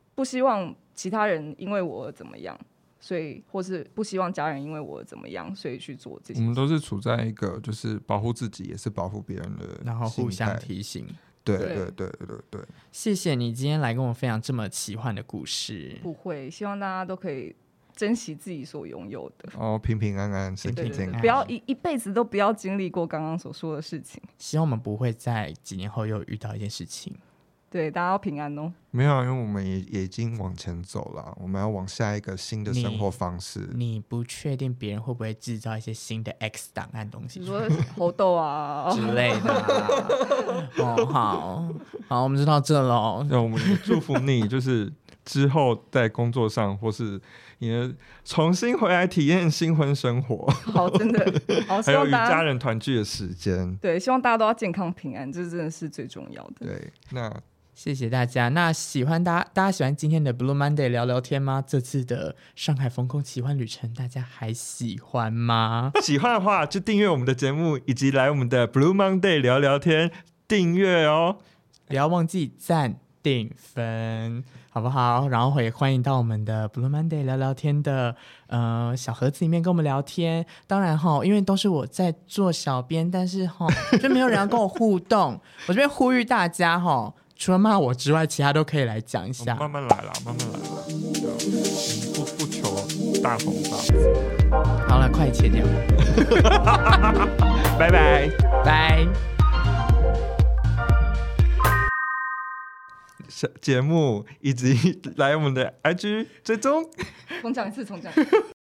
不希望其他人因为我怎么样，所以或是不希望家人因为我怎么样，所以去做这些。 我们都是处在一个就是保护自己也是保护别人的， 然后互相提醒。 对对对对对对， 谢谢你今天来跟我分享这么奇幻的故事。 不会，希望大家都可以珍惜自己所拥有的， 哦，平平安安，身体健康， 不要 一, 一辈子都不要经历过刚刚所说的事情。 希望我们不会在几年后又遇到一件事情。 对，大家要平安哦。 没有，因为我们 也, 也已经往前走了，我们要往下一个新的生活方式。 你, 你不确定别人会不会制造一些新的 X 档案东西， 你说猴豆啊之类的、啊哦、好好，我们知道这咯。 那我们祝福你，就是之后在工作上或是你重新回来体验新婚生活。 好，真的好， 还有与家人团聚的时间。 对，希望大家都要健康平安，这真的是最重要的。 对，那谢谢大家。那喜欢大家大家喜欢今天的 Blue Monday 聊聊天吗？这次的上海风控奇幻旅程大家还喜欢吗？ 喜欢的话就订阅我们的节目，以及来我们的 Blue Monday 聊聊天订阅哦。 不要忘记赞订分，好不好？然后也欢迎到我们的 Blue Monday 聊聊天的呃小盒子里面跟我们聊天。当然齁，因为都是我在做小编，但是齁就没有人要跟我互动。我这边呼吁大家齁，除了骂我之外，其他都可以来讲一下。 慢慢来啦，慢慢来啦，不不求大红大紫。 好了，快切掉。 拜拜拜。 节目以及来我们的 I G 追踪， 重讲一次，重讲。